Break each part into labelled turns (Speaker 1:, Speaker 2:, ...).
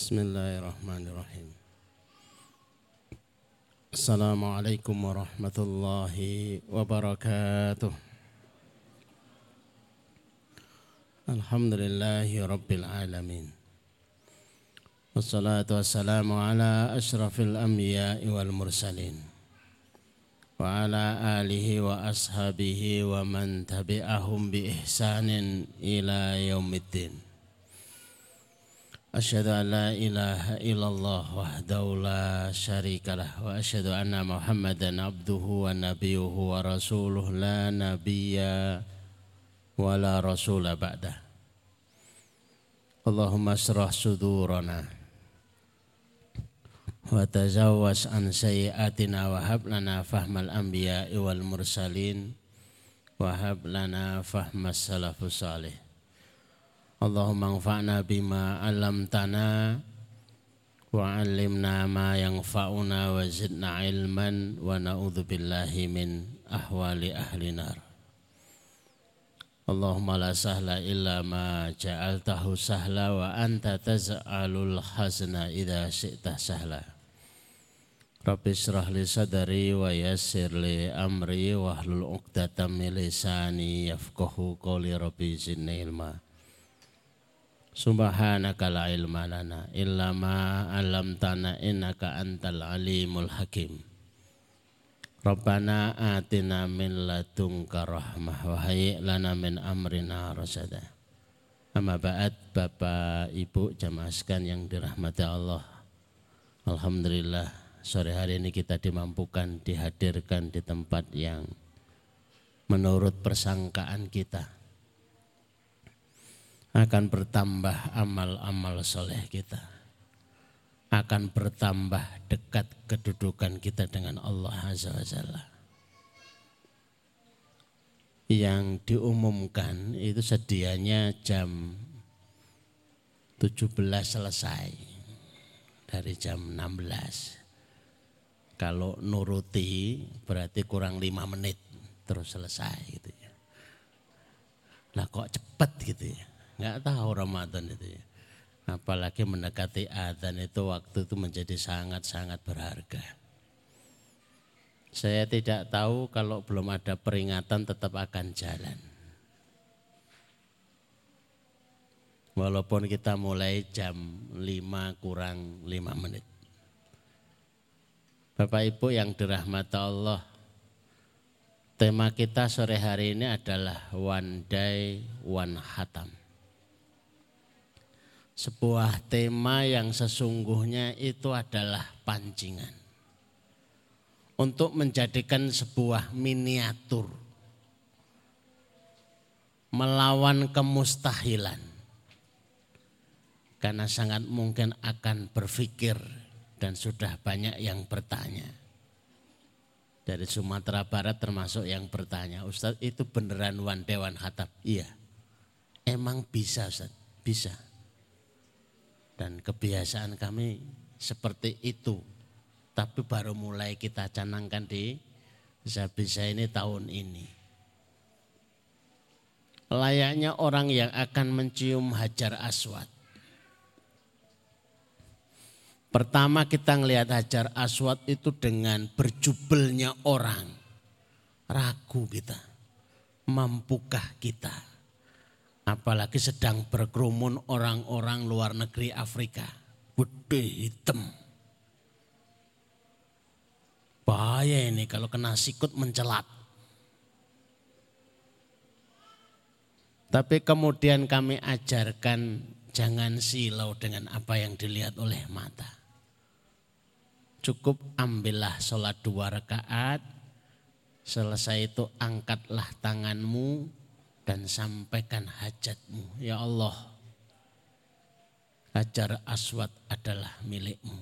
Speaker 1: Bismillahirrahmanirrahim. Assalamualaikum warahmatullahi wabarakatuh. Alhamdulillahi rabbil alamin. Wassalatu wassalamu ala ashrafil anbiya'i wal mursalin. Wa ala alihi wa ashabihi wa man tabi'ahum bi ihsanin ila yaumiddin. Asyhadu an la ilaha illallah wahdahu la syarikalah wa asyhadu anna Muhammadan abduhu wa nabiyuhu wa rasuluh la nabiyya wa la rasula ba'dah. Allahumma ashrah sudurana wa tazawwas an sayyiatina wa hab lana fahmal anbiya'i wal mursalin wa hab lana fahmas salafus salih. Allahumma anfa'na bima 'allamtana wa 'allimna ma yanfa'una wa zidna ilman wa na'udzubillahi min ahwali ahli nar. Allahumma la sahla illa ma ja'altahu sahla wa anta taz'alul hazna idza syi'ta sahla. Rabbi shrah li sadri wa yassir li amri wahlul 'uqdatam min lisani yafqahu qawli. Rabbi zidni ilma. Subhanaka la ilma lana illa ma 'allamtana innaka antal alimul hakim. Rabbana atina min ladunka rahmah wa hayyi' lana min amrina rasyada. Amma ba'd, Bapak Ibu jamaah sekalian yang dirahmati Allah. Alhamdulillah sore hari ini kita dimampukan dihadirkan di tempat yang menurut persangkaan kita akan bertambah amal-amal soleh kita, akan bertambah dekat kedudukan kita dengan Allah Azza wa Jalla. Yang diumumkan itu sedianya jam 17 selesai dari jam 16. Kalau nuruti berarti kurang 5 menit terus selesai gitu ya. Lah kok cepet gitu ya. Nggak tahu Ramadan itu ya. Apalagi mendekati adzan itu waktu itu menjadi sangat-sangat berharga. Saya tidak tahu kalau belum ada peringatan tetap akan jalan. Walaupun kita mulai jam 5 kurang 5 menit. Bapak Ibu yang dirahmati Allah, tema kita sore hari ini adalah One Day One Khatam. Sebuah tema yang sesungguhnya itu adalah pancingan untuk menjadikan sebuah miniatur melawan kemustahilan, karena sangat mungkin akan berpikir dan sudah banyak yang bertanya. Dari Sumatera Barat termasuk yang bertanya, Ustadz itu beneran one day one khatam? Iya, emang bisa Ustadz? Bisa. Dan kebiasaan kami seperti itu. Tapi baru mulai kita canangkan di Zabisa ini tahun ini. Layaknya orang yang akan mencium Hajar Aswad. Pertama kita ngelihat Hajar Aswad itu dengan berjubelnya orang. Ragu kita. Mampukah kita? Apalagi sedang berkerumun orang-orang luar negeri Afrika. Putih hitam. Bahaya ini kalau kena sikut mencelat. Tapi kemudian kami ajarkan jangan silau dengan apa yang dilihat oleh mata. Cukup ambillah sholat 2 rakaat. Selesai itu angkatlah tanganmu dan sampaikan hajatmu. Ya Allah, Hajar Aswad adalah milikmu.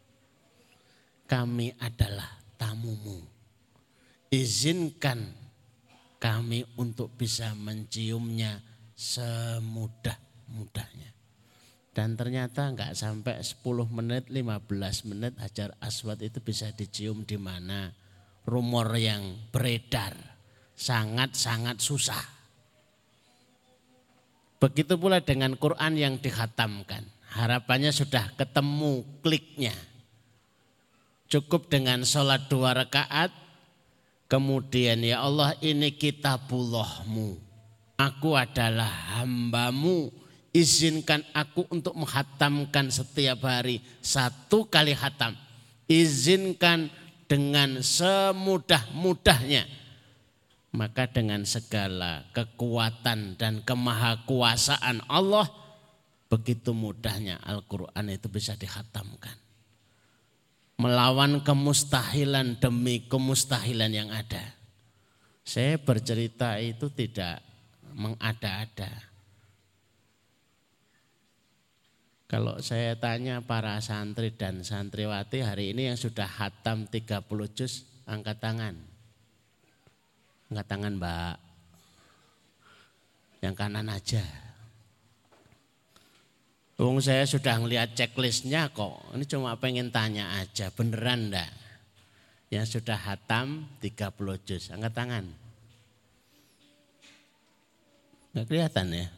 Speaker 1: Kami adalah tamumu. Izinkan kami untuk bisa menciumnya semudah-mudahnya. Dan ternyata enggak sampai 10 menit, 15 menit Hajar Aswad itu bisa dicium di mana. Rumor yang beredar sangat-sangat susah. Begitu pula dengan Quran yang dikhatamkan. harapannya sudah ketemu kliknya. Cukup dengan sholat 2 rakaat, kemudian ya Allah ini kitabullah-Mu. Aku adalah hamba-Mu, izinkan aku untuk menghatamkan setiap hari 1 kali hatam. Izinkan dengan semudah-mudahnya. Maka dengan segala kekuatan dan kemahakuasaan Allah, begitu mudahnya Al-Quran itu bisa dihatamkan. Melawan kemustahilan demi kemustahilan yang ada. Saya bercerita itu tidak mengada-ada. Kalau saya tanya para santri dan santriwati hari ini yang sudah hatam 30 juz, angkat tangan. Angkat tangan Mbak. Yang kanan aja. Wong saya sudah ngelihat checklistnya kok. Ini cuma pengen tanya aja, beneran enggak? Yang sudah hatam 30 juz, angkat tangan. Enggak kelihatan ya?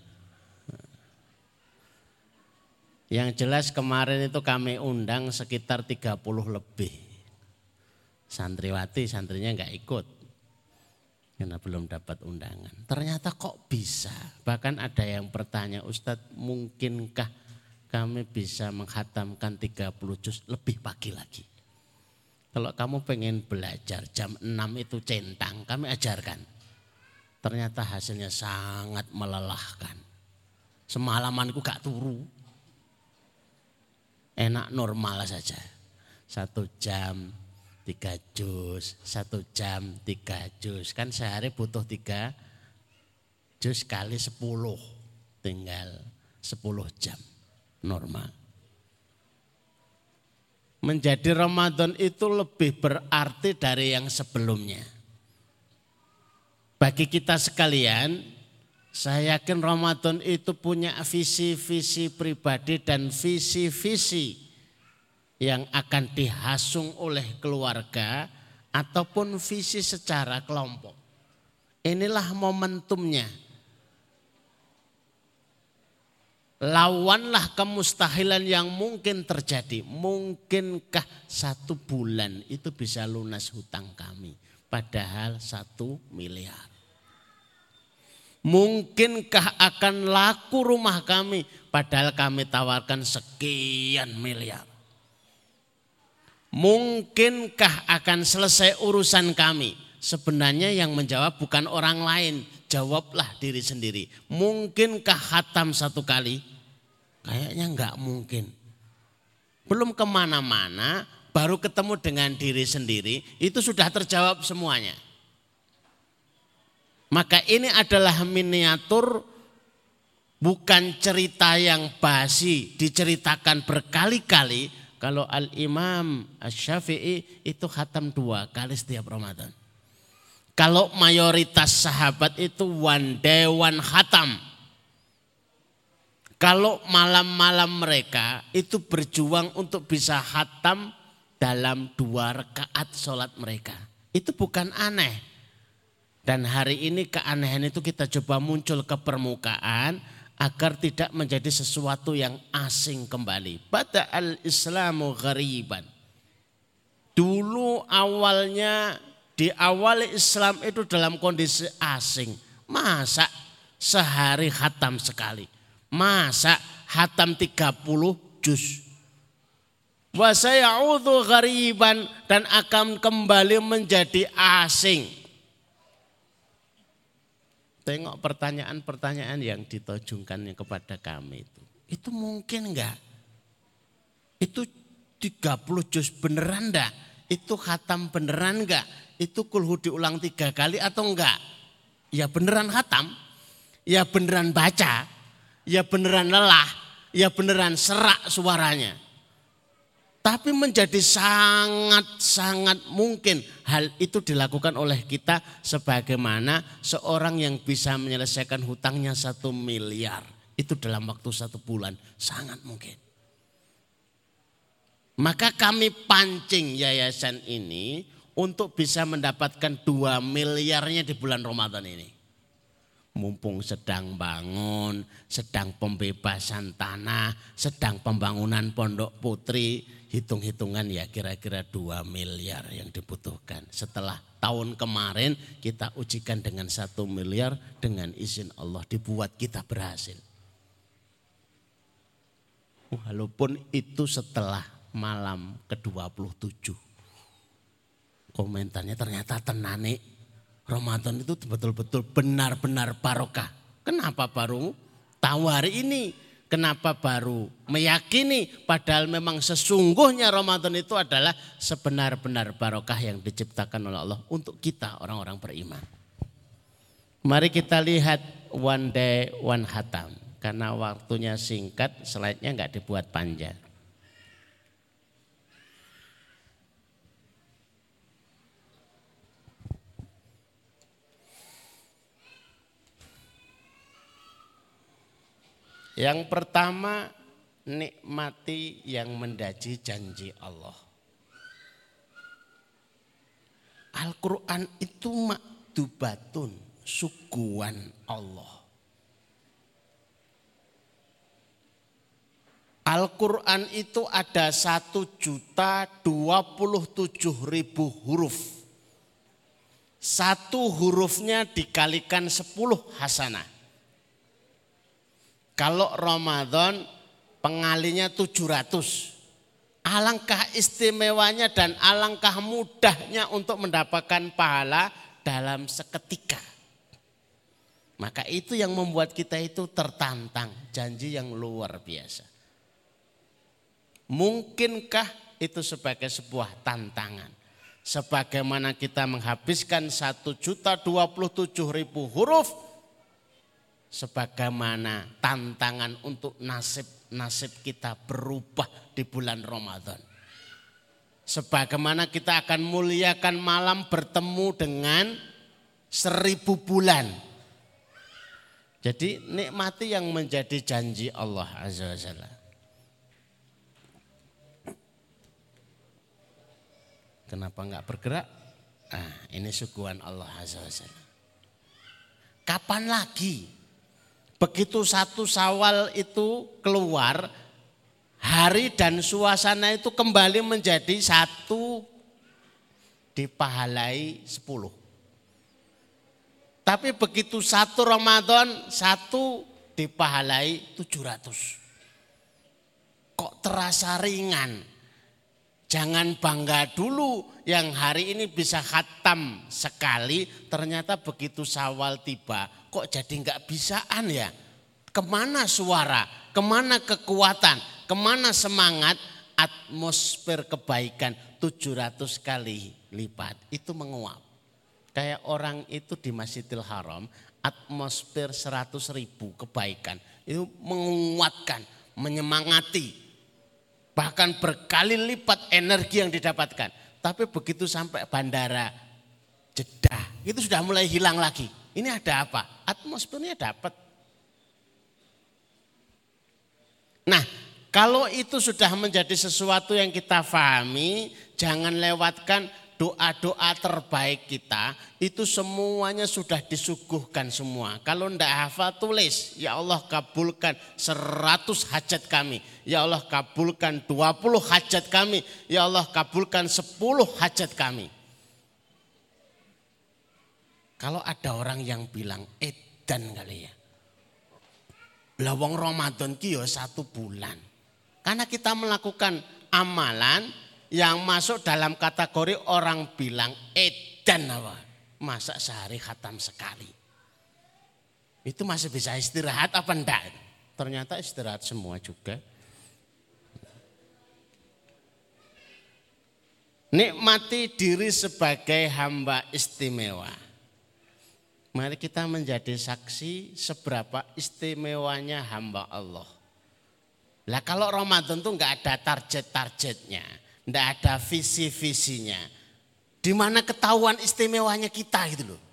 Speaker 1: Yang jelas kemarin itu kami undang sekitar 30 lebih. Santriwati, santrinya enggak ikut. Karena belum dapat undangan. Ternyata kok bisa? Bahkan ada yang bertanya, Ustadz mungkinkah kami bisa menghatamkan 30 juz lebih pagi lagi. Kalau kamu pengen belajar jam 6 itu centang, kami ajarkan. Ternyata hasilnya sangat melelahkan. Semalamanku gak turu. Enak normal saja. 1 jam 3 juz, 1 jam 3 juz. Kan sehari butuh 3 juz kali 10. Tinggal 10 jam. Normal. Menjadi Ramadan itu lebih berarti dari yang sebelumnya. Bagi kita sekalian, saya yakin Ramadan itu punya visi-visi pribadi dan visi-visi yang akan dihasung oleh keluarga ataupun visi secara kelompok. Inilah momentumnya. Lawanlah kemustahilan yang mungkin terjadi. Mungkinkah 1 bulan itu bisa lunas hutang kami? Padahal 1 miliar. Mungkinkah akan laku rumah kami? Padahal kami tawarkan sekian miliar. Mungkinkah akan selesai urusan kami? Sebenarnya yang menjawab bukan orang lain. Jawablah diri sendiri. Mungkinkah khatam 1 kali? Kayaknya enggak mungkin. Belum kemana-mana, baru ketemu dengan diri sendiri, itu sudah terjawab semuanya. Maka ini adalah miniatur, bukan cerita yang basi, diceritakan berkali-kali. Kalau Al-Imam Asy-Syafi'i itu khatam 2 kali setiap Ramadan. Kalau mayoritas sahabat itu one day one khatam. Kalau malam-malam mereka itu berjuang untuk bisa khatam dalam 2 rakaat sholat mereka. Itu bukan aneh. Dan hari ini keanehan itu kita coba muncul ke permukaan agar tidak menjadi sesuatu yang asing kembali. Bada'al Islamu ghariban. Dulu awalnya di awal Islam itu dalam kondisi asing. Masa sehari khatam sekali? Masa khatam 30 juz? Wa sayaudu ghariban, dan akan kembali menjadi asing. Tengok pertanyaan-pertanyaan yang ditojungkannya kepada kami itu. Itu mungkin enggak? Itu 30 juz beneran enggak? Itu khatam beneran enggak? Itu kulhu diulang 3 kali atau enggak? Ya beneran khatam, ya beneran baca, ya beneran lelah, ya beneran serak suaranya. Tapi menjadi sangat-sangat mungkin hal itu dilakukan oleh kita sebagaimana seorang yang bisa menyelesaikan hutangnya 1 miliar. Itu dalam waktu 1 bulan, sangat mungkin. Maka kami pancing yayasan ini untuk bisa mendapatkan 2 miliarnya di bulan Ramadan ini. mumpung sedang bangun, sedang pembebasan tanah, sedang pembangunan Pondok Putri, hitung-hitungan ya kira-kira 2 miliar yang dibutuhkan. Setelah tahun kemarin kita ujikan dengan 1 miliar, dengan izin Allah dibuat kita berhasil. Walaupun itu setelah malam ke-27. Komentarnya ternyata tenane Ramadan itu betul-betul benar-benar barokah. Kenapa baru tahu hari ini? Kenapa baru meyakini? Padahal memang sesungguhnya Ramadan itu adalah sebenar-benar barokah yang diciptakan oleh Allah untuk kita orang-orang beriman. Mari kita lihat one day one hatam. Karena waktunya singkat, slide-nya enggak dibuat panjang. Yang pertama, nikmati yang mendaji janji Allah. Al-Quran itu makdubatun, suguhan Allah. Al-Quran itu ada 1.027.000 huruf. Satu hurufnya dikalikan 10 hasanah. Kalau Ramadan pengalinya 700. Alangkah istimewanya dan alangkah mudahnya untuk mendapatkan pahala dalam seketika. Maka itu yang membuat kita itu tertantang, janji yang luar biasa. Mungkinkah itu sebagai sebuah tantangan? Sebagaimana kita menghabiskan 1.027.000 huruf, sebagaimana tantangan untuk nasib kita berubah di bulan Ramadan. Sebagaimana kita akan muliakan malam bertemu dengan 1000 bulan. Jadi nikmati yang menjadi janji Allah Azza wa Jalla. Kenapa enggak bergerak? Ini suguhan Allah Azza wa Jalla. Kapan lagi? Begitu 1 Syawal itu keluar, hari dan suasana itu kembali menjadi 1 dipahalai 10. Tapi begitu 1 Ramadan, 1 dipahalai 700. Kok terasa ringan? Jangan bangga dulu yang hari ini bisa khatam sekali, ternyata begitu Syawal tiba kok jadi enggak bisaan ya. Kemana suara, kemana kekuatan, kemana semangat, atmosfer kebaikan 700 kali lipat itu menguap. Kayak orang itu di Masjidil Haram, atmosfer 100.000 kebaikan itu menguatkan, menyemangati. Bahkan berkali lipat energi yang didapatkan. Tapi begitu sampai bandara Jeddah, itu sudah mulai hilang lagi. Ini ada apa? Atmosfernya dapat. Nah, kalau itu sudah menjadi sesuatu yang kita pahami, jangan lewatkan doa-doa terbaik kita, itu semuanya sudah disuguhkan semua. Kalau tidak hafal tulis, ya Allah kabulkan 100 hajat kami. Ya Allah kabulkan 20 hajat kami. Ya Allah kabulkan 10 hajat kami. Kalau ada orang yang bilang edan kali ya. Lawang Ramadan ki ya 1 bulan. Karena kita melakukan amalan yang masuk dalam kategori orang bilang edan apa? Masa sehari khatam sekali. Itu masih bisa istirahat apa enggak? Ternyata istirahat semua juga. Nikmati diri sebagai hamba istimewa. Mari kita menjadi saksi seberapa istimewanya hamba Allah. Lah kalau Ramadan tuh enggak ada target-targetnya, enggak ada visi-visinya. Di mana ketahuan istimewanya kita gitu loh.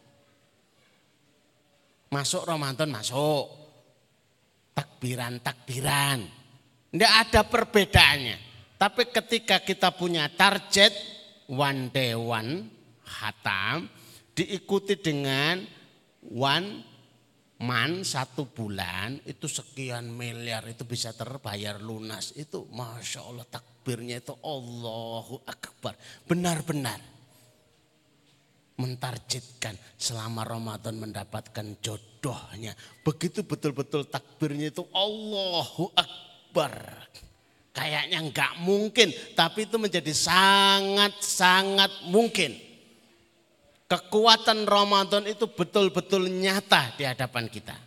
Speaker 1: Masuk Ramadan masuk. Takbiran-takbiran. Enggak ada perbedaannya. Tapi ketika kita punya target one day one khatam diikuti dengan one satu bulan itu sekian miliar itu bisa terbayar lunas. Itu Masya Allah takbirnya itu Allahu Akbar. Benar-benar mentargetkan selama Ramadan mendapatkan jodohnya. Begitu betul-betul takbirnya itu Allahu Akbar. Kayaknya enggak mungkin, tapi itu menjadi sangat-sangat mungkin. Kekuatan Ramadan itu betul-betul nyata di hadapan kita.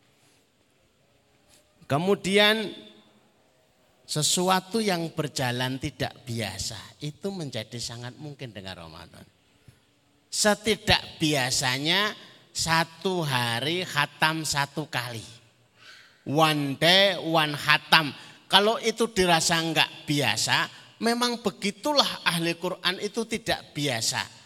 Speaker 1: Kemudian sesuatu yang berjalan tidak biasa itu menjadi sangat mungkin dengan Ramadan. Setidak biasanya satu hari khatam satu kali. One day one khatam. Kalau itu dirasa enggak biasa, memang begitulah ahli Quran itu tidak biasa.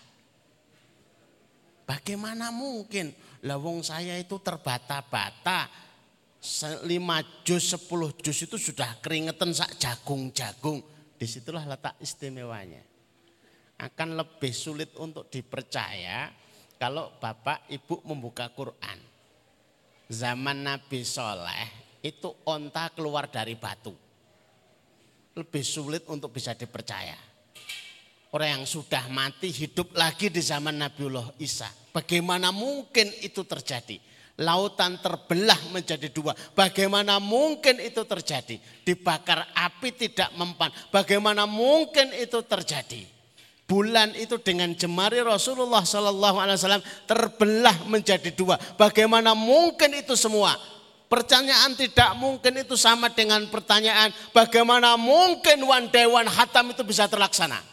Speaker 1: Bagaimana mungkin? Lawong saya itu terbata-bata 5 juz 10 juz itu sudah keringetan sak jagung-jagung. Disitulah letak istimewanya. Akan lebih sulit untuk dipercaya kalau Bapak Ibu membuka Quran. Zaman Nabi Soleh itu onta keluar dari batu. Lebih sulit untuk bisa dipercaya. Orang yang sudah mati hidup lagi di zaman Nabiullah Isa. Bagaimana mungkin itu terjadi? Lautan terbelah menjadi 2. Bagaimana mungkin itu terjadi? Dibakar api tidak mempan. Bagaimana mungkin itu terjadi? Bulan itu dengan jemari Rasulullah SAW terbelah menjadi 2. Bagaimana mungkin itu semua? Pertanyaan tidak mungkin itu sama dengan pertanyaan bagaimana mungkin one day one khatam itu bisa terlaksana?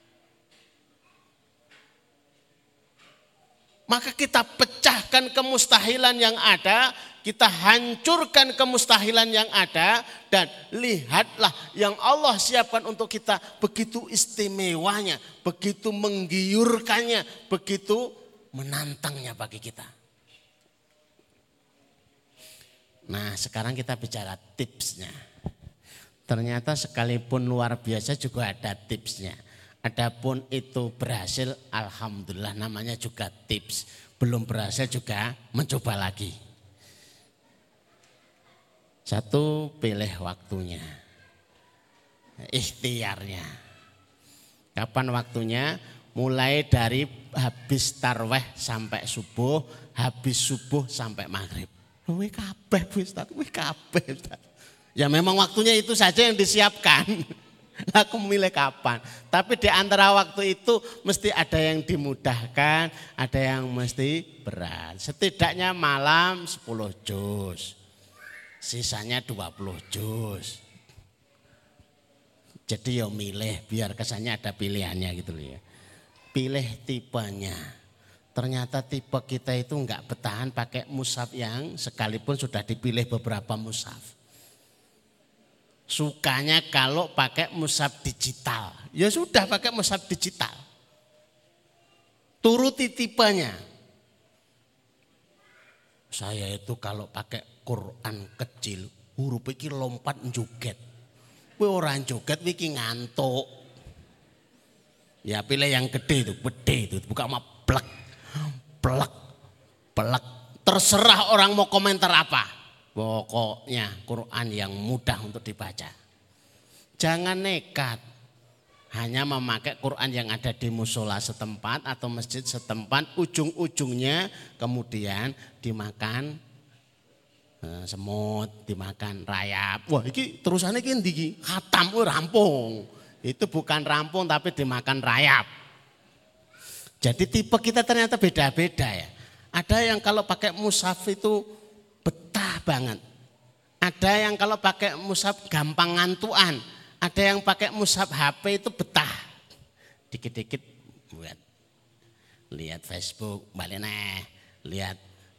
Speaker 1: Maka kita pecahkan kemustahilan yang ada, kita hancurkan kemustahilan yang ada dan lihatlah yang Allah siapkan untuk kita begitu istimewanya, begitu menggiurkannya, begitu menantangnya bagi kita. Nah, sekarang kita bicara tipsnya. Ternyata sekalipun luar biasa juga ada tipsnya. Adapun itu berhasil, alhamdulillah namanya juga tips. Belum berhasil juga mencoba lagi. Satu, pilih waktunya. Ikhtiarnya. Kapan waktunya? Mulai dari habis tarweh sampai subuh, habis subuh sampai maghrib. Wih kabeh Ustaz, wih kabeh Ustaz. Ya memang waktunya itu saja yang disiapkan. Aku memilih kapan. Tapi di antara waktu itu mesti ada yang dimudahkan, ada yang mesti berat. Setidaknya malam 10 juz. Sisanya 20 juz. Jadi ya milih biar kesannya ada pilihannya gitu loh ya. Pilih tipenya. Ternyata tipe kita itu enggak bertahan pakai mushaf yang sekalipun sudah dipilih beberapa mushaf. Sukanya kalau pakai mushaf digital. Ya sudah pakai mushaf digital. Turuti tipenya. Saya itu kalau pakai Quran kecil, huruf iki lompat njoget. Kowe ora njoget iki ngantuk. Ya pilih yang gede itu, buka sama plek. Plek. Plek. Terserah orang mau komentar apa. Pokoknya Quran yang mudah untuk dibaca. Jangan nekat. Hanya memakai Quran yang ada di musola setempat atau masjid setempat. Ujung-ujungnya kemudian dimakan semut, dimakan rayap. Wah ini terusannya ini ndi khatam rampung. Itu bukan rampung tapi dimakan rayap. Jadi tipe kita ternyata beda-beda ya. Ada yang kalau pakai mushaf itu betah banget. Ada yang kalau pakai mushaf gampang ngantuan. Ada yang pakai mushaf HP itu betah. Dikit-dikit buat lihat Facebook, balik lihat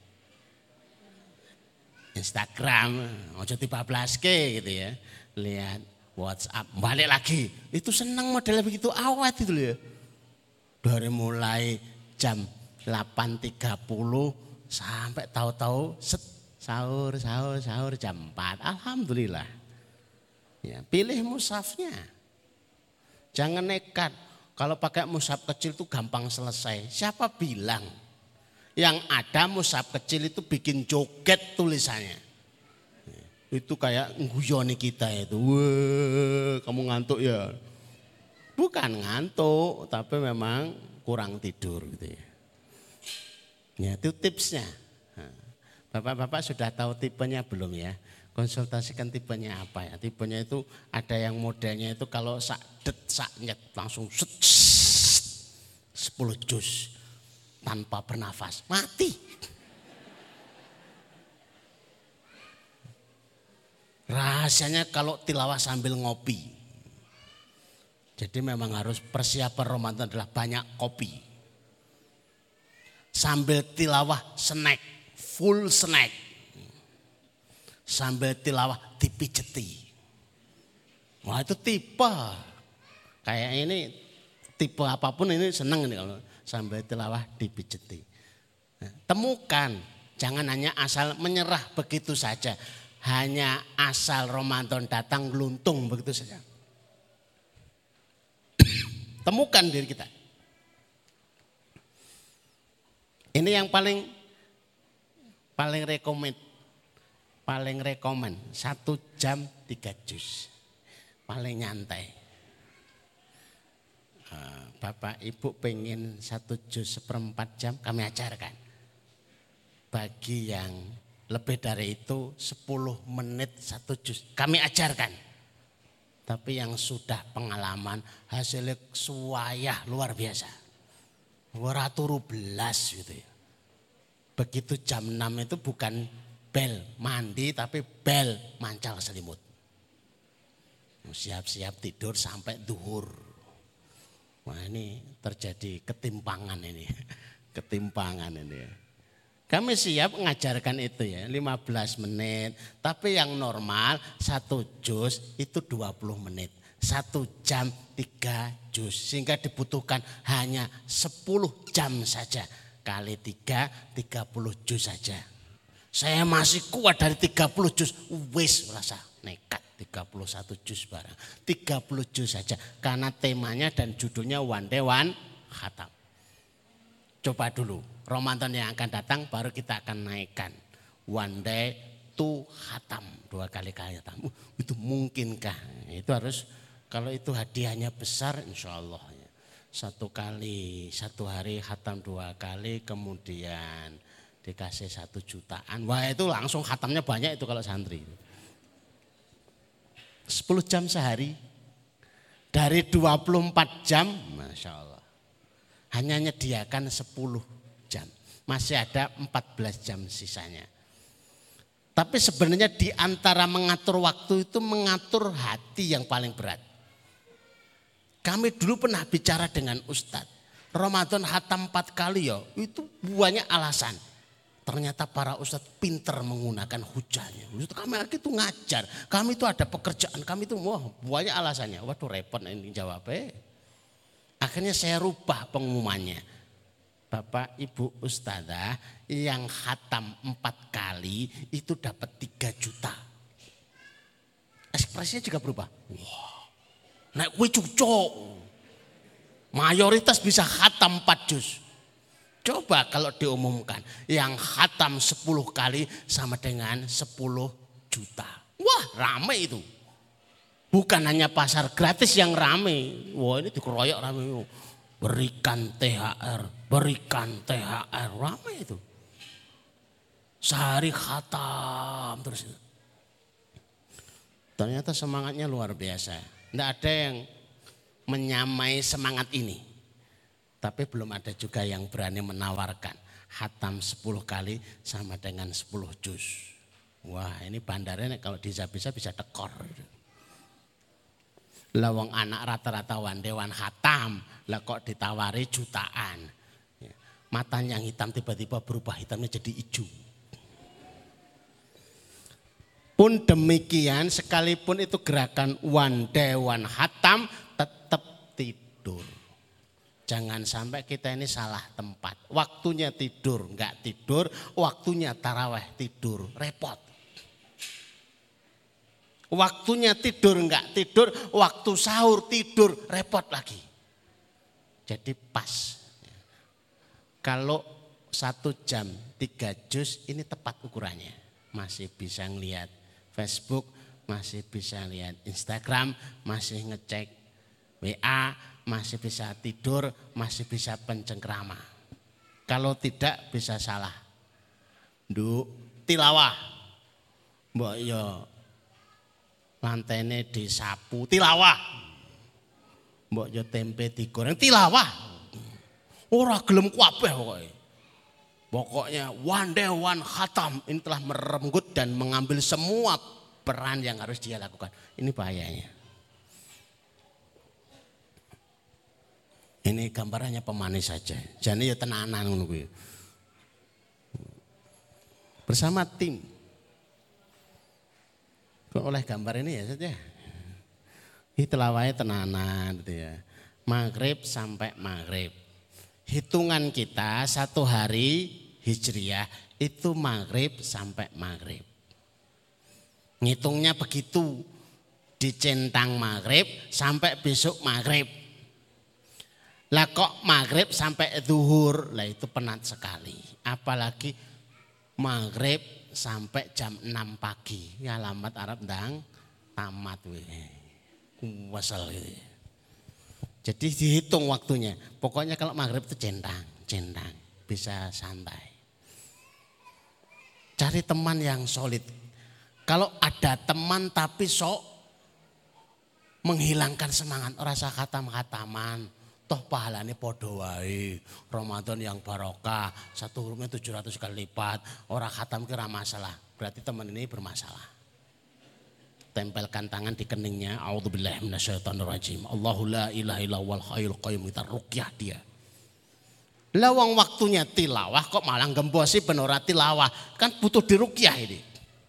Speaker 1: Instagram, ojo 13K gitu ya. Lihat WhatsApp, balik lagi. Itu senang modelnya begitu awet itu loh ya. Dari mulai jam 8.30 sampai tahu-tahu sahur jam 4. Alhamdulillah. Ya, pilih mushafnya. Jangan nekat. Kalau pakai mushaf kecil itu gampang selesai. Siapa bilang? Yang ada mushaf kecil itu bikin joget tulisannya. Itu kayak nguyoni kita itu. Wah, kamu ngantuk ya? Bukan ngantuk, tapi memang kurang tidur gitu ya. Ya itu tipsnya. Bapak-bapak sudah tahu tipenya belum ya? Konsultasikan tipenya apa ya? Tipenya itu ada yang modelnya itu kalau sak det sak nyet langsung 10 juz tanpa bernafas, mati. Rahasianya kalau tilawah sambil ngopi. Jadi memang harus persiapan Ramadan adalah banyak kopi. Sambil tilawah snack, full snack. Sambil tilawah dipijeti. Wah itu tipe. Kayak ini tipe apapun ini seneng ini kalau sambil tilawah dipijeti. Nah, temukan, jangan hanya asal menyerah begitu saja. Hanya asal Ramadan datang geluntung begitu saja. Temukan diri kita. Ini yang paling rekomen 1 jam 3 juz. Paling nyantai. Bapak Ibu pengen 1 juz 1/4 jam kami ajarkan. Bagi yang lebih dari itu 10 menit 1 juz kami ajarkan. Tapi yang sudah pengalaman hasilnya suwayah luar biasa. 212 gitu ya. Begitu jam 6 itu bukan bel mandi tapi bel mancal selimut. Siap-siap tidur sampai duhur. Wah ini terjadi ketimpangan ini. Ketimpangan ini. Kami siap mengajarkan itu ya 15 menit. Tapi yang normal 1 juz itu 20 menit. 1 jam 3 juz. Sehingga dibutuhkan hanya 10 jam saja. Kali 3, 30 juz saja. Saya masih kuat dari 30 juz. Wis merasa nekat 31 juz barang. 30 juz saja. Karena temanya dan judulnya One Day One Khatam. Coba dulu. Ramadan yang akan datang baru kita akan naikkan. One day to khatam. 2 kali khatam. Itu mungkinkah? Itu harus kalau itu hadiahnya besar insya Allah. 1 kali, 1 hari khatam 2 kali kemudian dikasih 1 jutaan. Wah itu langsung khatamnya banyak itu kalau santri. 10 jam sehari. Dari 24 jam Masya Allah. Hanya menyediakan 10 jam. Masih ada 14 jam sisanya. Tapi sebenarnya di antara mengatur waktu itu mengatur hati yang paling berat. Kami dulu pernah bicara dengan Ustadz. Ramadan khatam 4 kali ya itu banyak alasan. Ternyata para ustadz pinter menggunakan hujahnya. Kami itu ngajar, kami itu ada pekerjaan, kami itu banyak alasannya. Waduh repot ini jawabnya. Akhirnya saya rubah pengumumannya. Bapak Ibu Ustadzah yang khatam 4 kali itu dapat 3 juta. Ekspresinya juga berubah. Wah, nah gue cucok. Mayoritas bisa khatam 4 juz. Coba kalau diumumkan yang khatam 10 kali sama dengan 10 juta. Wah rame itu. Bukan hanya pasar gratis yang rame. Wah ini dikeroyok rame. Berikan THR, berikan THR. Rame itu. Sehari khatam terus. Ternyata semangatnya luar biasa. Tidak ada yang menyamai semangat ini. Tapi belum ada juga yang berani menawarkan. Khatam 10 kali sama dengan 10 juz. Wah ini bandarnya kalau bisa bisa tekor. Lawang anak rata-rata one day one khatam. Lah kok ditawari jutaan. Matanya yang hitam tiba-tiba berubah hitamnya jadi hijau. Pun demikian sekalipun itu gerakan one day one khatam tetap tidur. Jangan sampai kita ini salah tempat. Waktunya tidur, enggak tidur. Waktunya taraweh tidur, repot. Waktunya tidur, enggak tidur. Waktu sahur tidur, repot lagi. Jadi pas. Kalau 1 jam 3 juz ini tepat ukurannya. Masih bisa ngelihat Facebook, masih bisa lihat Instagram, masih ngecek WA, masih bisa tidur, masih bisa pencengkrama. Kalau tidak bisa salah. Tilawah. Mbok yo lantene disapu, tilawah. Mbok yo tempe digoreng, tilawah. Ora gelem kabeh pokoke. Pokoknya one day one khatam ini telah merenggut dan mengambil semua peran yang harus dia lakukan. Ini bahayanya. Ini gambarannya pemanis saja. Jadi ya tenanan ngono kuwi. Bersama tim. Oleh gambar ini ya saja. Ini telawahnya tenanan gitu ya. Maghrib sampai maghrib. Hitungan kita 1 hari Hijriah itu maghrib sampai maghrib. Ngitungnya begitu. Dicentang maghrib sampai besok maghrib. Lah kok maghrib sampai zuhur, lah itu penat sekali. Apalagi maghrib sampai jam 6 pagi. Ya alamat Arab ndang tamat wasal gitu. Jadi dihitung waktunya. Pokoknya kalau maghrib itu centang, bisa santai. Cari teman yang solid. Kalau ada teman tapi sok menghilangkan semangat, rasa khatam-khataman. Toh pahalanya podo wae. Ramadan yang barokah, 1 hurufnya 700 kali lipat. Orang khatam kira masalah. Berarti teman ini bermasalah. Tempelkan tangan di keningnya. A'udzubillahi minasyaitonirrajim. Allahu la ilaha illallahul hayyul qayyum. Kita ruqyah dia. Lawang waktunya tilawah kok malah gembosi benora tilawah. Kan butuh diruqyah ini.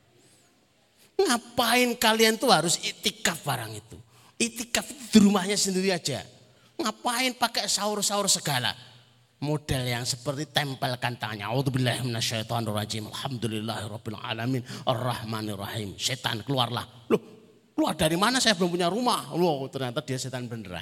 Speaker 1: Ngapain kalian tuh harus itikaf barang itu? Itikaf di rumahnya sendiri aja. Ngapain pakai sahur-sahur segala? Model yang seperti tempelkan tangannya. A'udzubillahi minasyaitonirrajim. Alhamdulillahirabbil alamin arrahmanirrahim. Setan keluarlah. Loh, keluar dari mana? Saya belum punya rumah. Loh, ternyata dia setan beneran.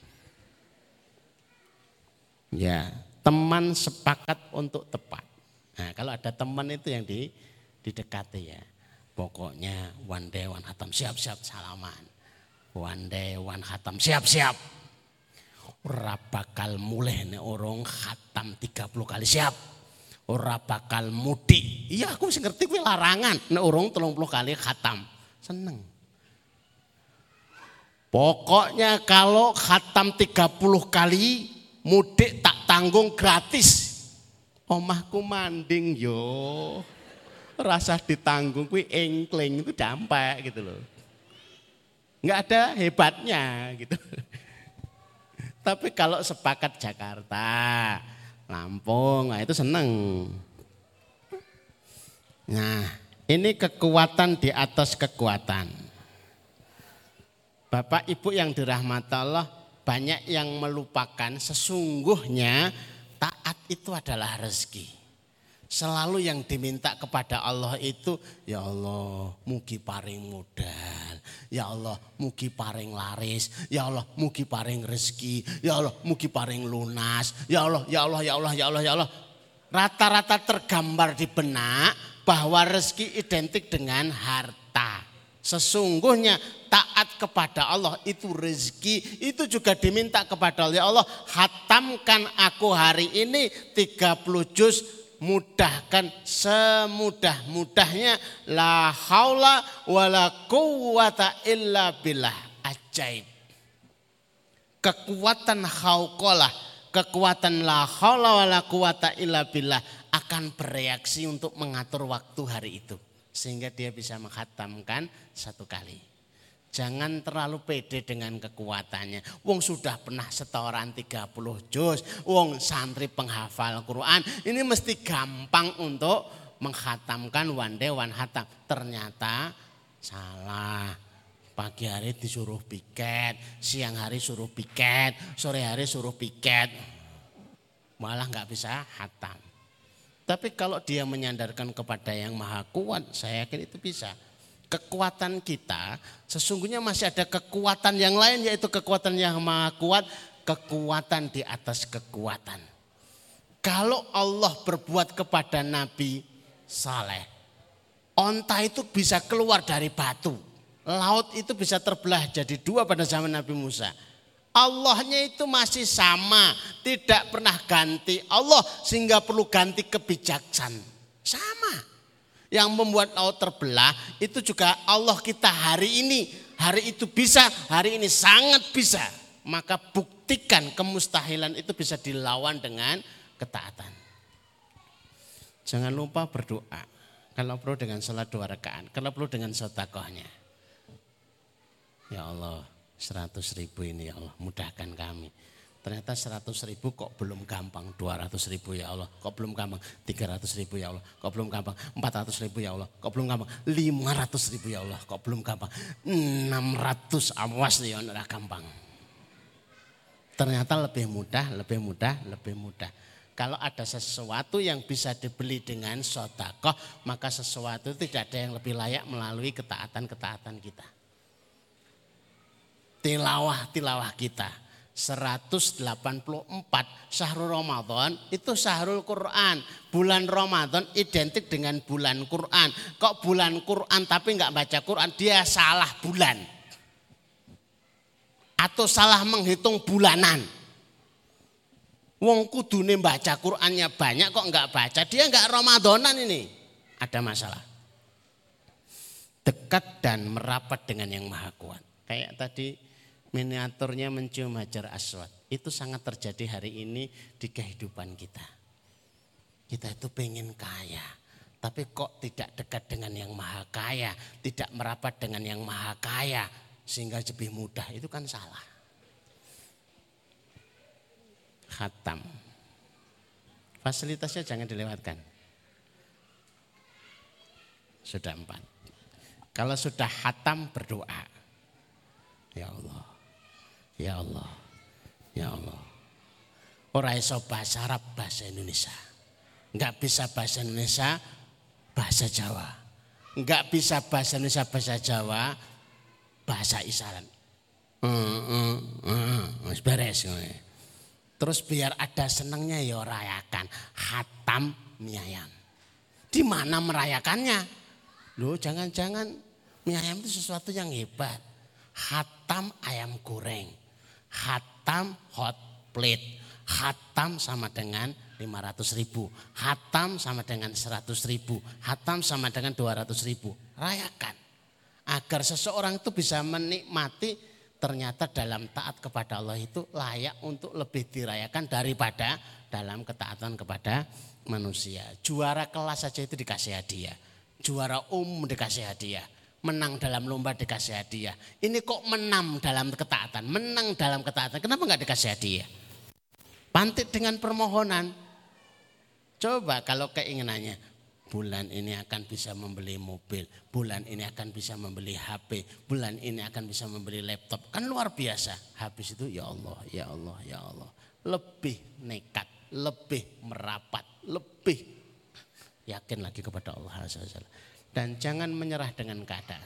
Speaker 1: Ya, teman sepakat untuk tepat. Nah, kalau ada teman itu yang didekati ya. Pokoknya one day one khatam, siap-siap salaman. One day one khatam, siap-siap. Ora bakal mulai nek orang khatam 30 kali siap. Ora bakal mudik. Iya aku sing ngerti kuwi larangan nek orang 30 kali khatam. Seneng. Pokoknya kalau khatam 30 kali mudik tak tanggung gratis. Omahku manding yo. Rasa ditanggung kuwi engkling itu dampak gitu loh. Enggak ada hebatnya gitu. Tapi kalau sepakat Jakarta, Lampung, nah itu seneng. Nah, ini kekuatan di atas kekuatan. Bapak Ibu yang dirahmati Allah, banyak yang melupakan sesungguhnya taat itu adalah rezeki. Selalu yang diminta kepada Allah itu, ya Allah mugi paring modal, ya Allah mugi paring laris, ya Allah mugi paring rezeki, ya Allah mugi paring lunas, ya Allah, ya Allah, ya Allah, ya Allah, ya Allah. Rata-rata tergambar di benak bahwa rezeki identik dengan harta. Sesungguhnya taat kepada Allah itu rezeki, itu juga diminta kepada Allah. Ya Allah khatamkan aku hari ini 30 juz. Mudahkan semudah-mudahnya la haula wala quwata illa billah. Ajaib. Kekuatan khauqalah, kekuatan la haula wala quwata illa billah akan bereaksi untuk mengatur waktu hari itu sehingga dia bisa menghatamkan 1 kali. Jangan terlalu pede dengan kekuatannya. Wong sudah pernah setoran 30 juz. Wong santri penghafal Quran. Ini mesti gampang untuk menghatamkan one day one khatam. Ternyata salah. Pagi hari disuruh piket. Siang hari suruh piket. Sore hari suruh piket. Malah gak bisa khatam. Tapi kalau dia menyandarkan kepada yang maha kuat. Saya yakin itu bisa. Kekuatan kita sesungguhnya masih ada kekuatan yang lain yaitu kekuatan yang maha kuat, kekuatan di atas kekuatan. Kalau Allah berbuat kepada Nabi Saleh, onta itu bisa keluar dari batu. Laut itu bisa terbelah jadi dua pada zaman Nabi Musa. Allahnya itu masih sama, tidak pernah ganti Allah sehingga perlu ganti kebijaksan. Sama. Yang membuat laut terbelah itu juga Allah kita hari ini. Hari itu bisa, hari ini sangat bisa. Maka buktikan kemustahilan itu bisa dilawan dengan ketaatan. Jangan lupa berdoa. Kalau perlu dengan salat 2 rakaat, kalau perlu dengan sedekahnya. Ya Allah, 100.000 ini ya Allah, mudahkan kami. Ternyata 100.000 kok belum gampang, 200.000 ya Allah, kok belum gampang, 300.000 ya Allah, kok belum gampang, 400.000 ya Allah, kok belum gampang, 500.000 ya Allah, kok belum gampang, 600 awas nih ya ora gampang. Ternyata lebih mudah, lebih mudah, lebih mudah. Kalau ada sesuatu yang bisa dibeli dengan sedekah, maka sesuatu tidak ada yang lebih layak melalui ketaatan-ketaatan kita. Tilawah kita 184 Syahrul Ramadan itu Syahrul Quran. Bulan Ramadan identik dengan bulan Quran. Kok bulan Quran tapi enggak baca Quran, dia salah bulan. Atau salah menghitung bulanan. Wong kudune baca Qurannya banyak kok enggak baca, dia enggak Ramadanan ini. Ada masalah. Dekat dan merapat dengan yang Maha Kuat. Kayak tadi miniaturnya mencium Hajar Aswad. Itu sangat terjadi hari ini di kehidupan kita. Kita itu pengen kaya. Tapi kok tidak dekat dengan yang Maha Kaya. Tidak merapat dengan yang Maha Kaya. Sehingga lebih mudah. Itu kan salah. Khatam. Fasilitasnya jangan dilewatkan. Sudah 4. Kalau sudah khatam berdoa. Ya Allah. Ya Allah, ya Allah. Ora iso bahasa Arab, bahasa Indonesia. Enggak bisa bahasa Indonesia, bahasa Jawa. Enggak bisa bahasa Indonesia, bahasa Jawa, bahasa isyarat. Wis beres. Terus biar ada senangnya ya rayakan. Khatam mie ayam. Di mana merayakannya? Loh, jangan-jangan mie ayam itu sesuatu yang hebat. Khatam ayam goreng. Khatam hot plate, khatam sama dengan 500.000, khatam sama dengan 100.000, khatam sama dengan 200.000. Rayakan agar seseorang itu bisa menikmati ternyata dalam taat kepada Allah itu layak untuk lebih dirayakan daripada dalam ketaatan kepada manusia. Juara kelas saja itu dikasih hadiah, juara dikasih hadiah. Menang dalam lomba dikasih hadiah. Ini kok menang dalam ketaatan. Menang dalam ketaatan. Kenapa enggak dikasih hadiah? Pantik dengan permohonan. Coba kalau keinginannya. Bulan ini akan bisa membeli mobil. Bulan ini akan bisa membeli HP. Bulan ini akan bisa membeli laptop. Kan luar biasa. Habis itu ya Allah, ya Allah, ya Allah. Lebih nekat. Lebih merapat. Lebih yakin lagi kepada Allah SWT. Dan jangan menyerah dengan keadaan.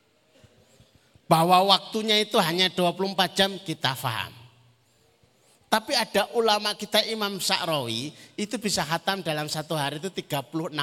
Speaker 1: Bahwa waktunya itu hanya 24 jam kita paham. Tapi ada ulama kita Imam Sa'rawi itu bisa khatam dalam satu hari itu 36.000.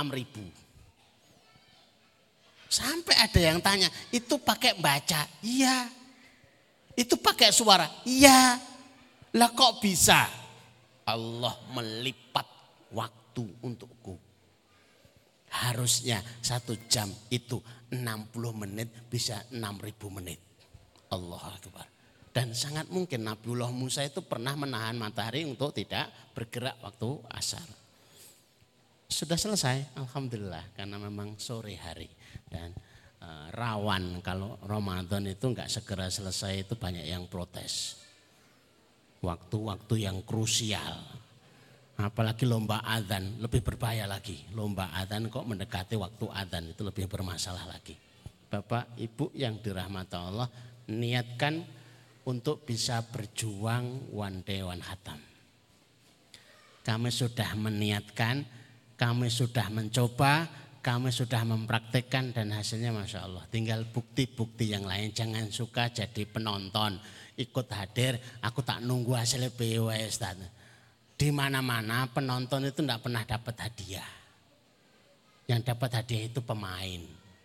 Speaker 1: Sampai ada yang tanya, itu pakai baca? Iya. Itu pakai suara? Iya. Lah kok bisa? Allah melipat waktu untukku. Harusnya 1 jam itu 60 menit bisa 6.000 menit. Allah Akbar. Dan sangat mungkin Nabiullah Musa itu pernah menahan matahari untuk tidak bergerak waktu asar. Sudah selesai, alhamdulillah, karena memang sore hari. Dan rawan kalau Ramadan itu enggak segera selesai itu banyak yang protes. Waktu-waktu yang krusial. Apalagi lomba adzan lebih berbahaya lagi. Lomba adzan kok mendekati waktu adzan itu lebih bermasalah lagi. Bapak Ibu yang dirahmati Allah, niatkan untuk bisa berjuang one day one khatam. Kami sudah meniatkan, kami sudah mencoba, kami sudah mempraktekkan dan hasilnya Masya Allah. Tinggal bukti-bukti yang lain. Jangan suka jadi penonton, ikut hadir, aku tak nunggu hasilnya BWS. Di mana-mana penonton itu tidak pernah dapat hadiah. Yang dapat hadiah itu pemain.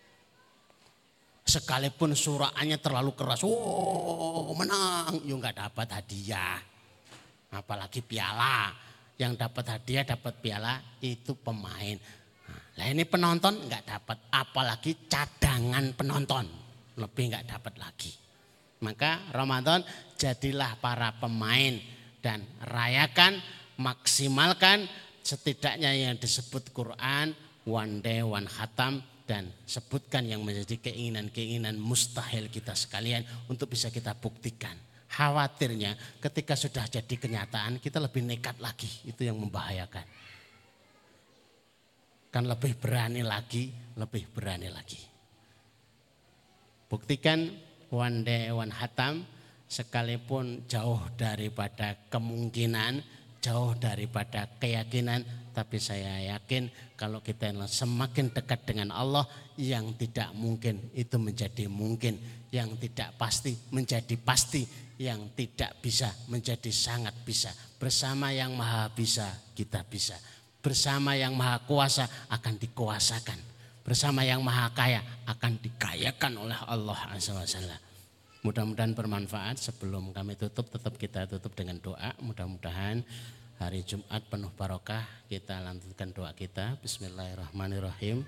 Speaker 1: Sekalipun suraannya terlalu keras, menang, ya nggak dapat hadiah. Apalagi piala. Yang dapat hadiah, dapat piala itu pemain. Nah ini penonton nggak dapat, apalagi cadangan penonton lebih nggak dapat lagi. Maka Ramadan jadilah para pemain dan rayakan, maksimalkan setidaknya yang disebut Quran, one day, one khatam, dan sebutkan yang menjadi keinginan-keinginan mustahil kita sekalian untuk bisa kita buktikan. Khawatirnya ketika sudah jadi kenyataan kita lebih nekat lagi, itu yang membahayakan. Kan lebih berani lagi. Buktikan one day, one khatam, sekalipun jauh daripada kemungkinan, jauh daripada keyakinan, tapi saya yakin kalau kita semakin dekat dengan Allah, yang tidak mungkin itu menjadi mungkin, yang tidak pasti menjadi pasti, yang tidak bisa menjadi sangat bisa. Bersama yang maha bisa kita bisa, bersama yang maha kuasa akan dikuasakan, bersama yang maha kaya akan dikayakan oleh Allah Azza wa Jalla. Mudah-mudahan bermanfaat. Sebelum kami tutup, tetap kita tutup dengan doa. Mudah-mudahan hari Jumat penuh barokah. Kita lanjutkan doa kita. Bismillahirrahmanirrahim.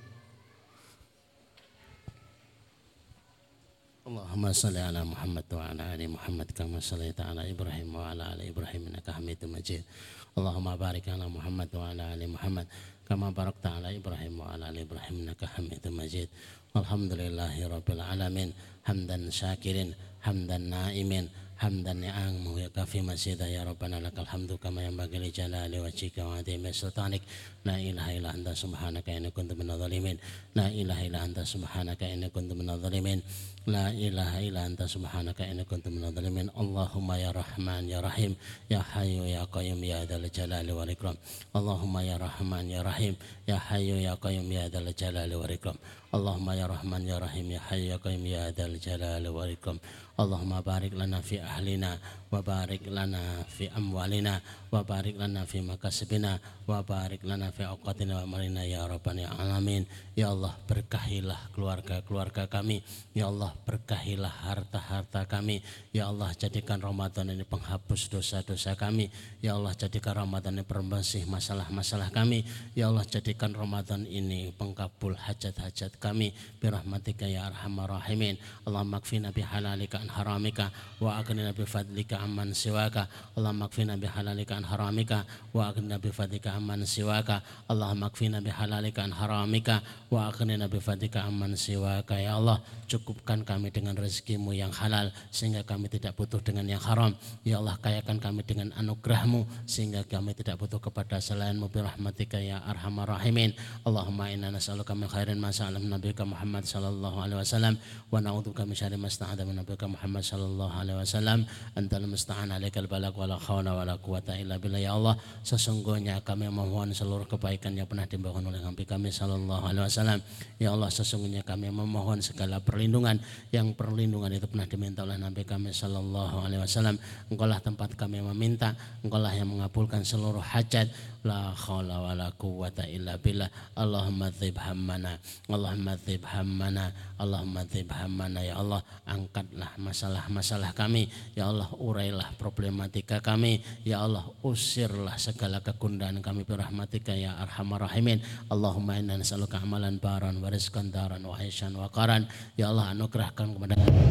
Speaker 1: Allahumma salli ala Muhammad wa ala ali Muhammad kama shallaita ala Ibrahim wa ala ali Ibrahim innaka Hamidum Majid. Allahumma barik ala Muhammad wa ala ali Muhammad kama barakta ala Ibrahim wa ala ali Ibrahim innaka Hamidum Majid. Alhamdulillahi rabbil alamin, hamdan syakirin, hamdan naimin, hamdan ni'amu ya kafi masjidah ya Rabbana lakal hamdu kama yanbaghi li jalali wajhika wa azimi sultanik. La ilaha illa anta subhanaka inni kuntu minadh dhalimin. La ilaha illa anta subhanaka inni kuntu minadh dhalimin. La ilaha illa anta subhanaka inni kuntu minadh dhalimin. Allahumma ya Rahman ya Rahim ya Hayyu ya Qayyum ya dzal jalali wal ikram. Allahumma ya Rahman ya Rahim ya Hayyu ya Qayyum ya dzal jalali wal ikram. Allahumma ya Rahman ya Rahim ya Hayyu ya Qayyum ya dzal jalali wal ikram. Allahumma barik lana fi ahlina wa barik lana fi amwalina wa barik lana fi makasibina wa barik lana fi awqatina wa malina ya Rabbana ya alamin. Ya Allah, berkahilah keluarga-keluarga kami. Ya Allah, berkahilah harta-harta kami. Ya Allah, jadikan Ramadan ini penghapus dosa-dosa kami. Ya Allah, jadikan Ramadan ini pembersih masalah-masalah kami. Ya Allah, jadikan Ramadan ini pengkabul hajat-hajat kami. Birahmatika ya arhamar rahimin. Allahumma kfina bihalalika an haramika wa aghnina bifadlika amman siwaka. Allahumma kfina bihalalika an haramika wa aghnina bifadlika amman siwaka. Allahumma kfina bihalalika an haramika wa aghnina bifadlika amman siwaka. Ya Allah, cukupkan kami dengan rezekimu yang halal sehingga kami tidak butuh dengan yang haram. Ya Allah, kayakan kami dengan anugerahmu sehingga kami tidak butuh kepada selainmu. Birahmatika ya arhamar rahimin. Allahumma inna nas'aluka min khairin ma sa'alam nabiyika Muhammad sallallahu alaihi wasallam wa na'udzubika min syarri ma sta'adha min nabiyika Muhammad sallallahu alaihi wasallam. Antal musta'an alaikal balagh wala haula wala quwata illa billah. Ya Allah, sesungguhnya kami memohon seluruh kebaikan yang pernah dibangun oleh Nabi kami sallallahu alaihi wasallam. Ya Allah, sesungguhnya kami memohon segala perlindungan yang perlindungan itu pernah diminta oleh Nabi kami sallallahu alaihi wasallam. Engkaulah tempat kami meminta, Engkaulah yang mengabulkan seluruh hajat. La haula wala quwata illa billah. Allahumma dzib hammana, Allahumma dzib hammana, Allahumma dzib hammana. Ya Allah, angkatlah masalah-masalah kami. Ya Allah, urailah problematika kami. Ya Allah, usirlah segala kegundahan kami birahmatika ya arhamar rahimin. Allahumma inna nas'aluka amalan baran wa rizqan daran wa aisyan wa qaran. Ya Allah, anugerahkan kepada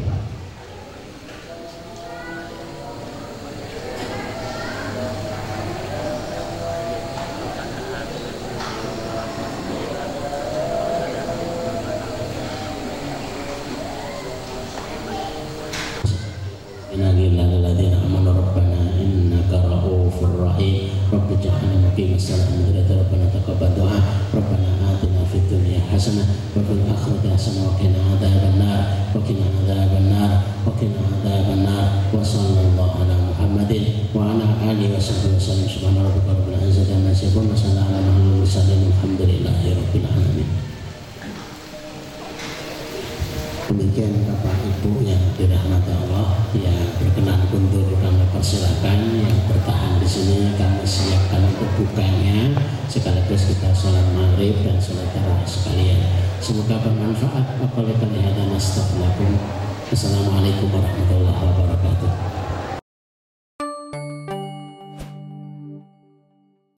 Speaker 1: Rabbi ja'alna muqima as-salati wa rabbana taqabbal du'a. Rabbana atina fid dunya hasanah wa fil akhirati hasanah wa qina adzabannar wa qina adzabannar wa qina adzabannar. Wa sallallahu ala Muhammadin wa ala alihi wa sahbihi wasallam. Subhana rabbika rabbil izzati amma yasifun wa salamun alal mursalin walhamdulillahi rabbil alamin. Demikian Bapak Ibu yang dirahmati Allah, yang berkenan kundur kami persilahkan, yang bertahan di sini kami siapkan bukanya sekaligus kita sholat maghrib dan sholat tarawih sekalian. Semoga bermanfaat. Assalamualaikum warahmatullahi wabarakatuh.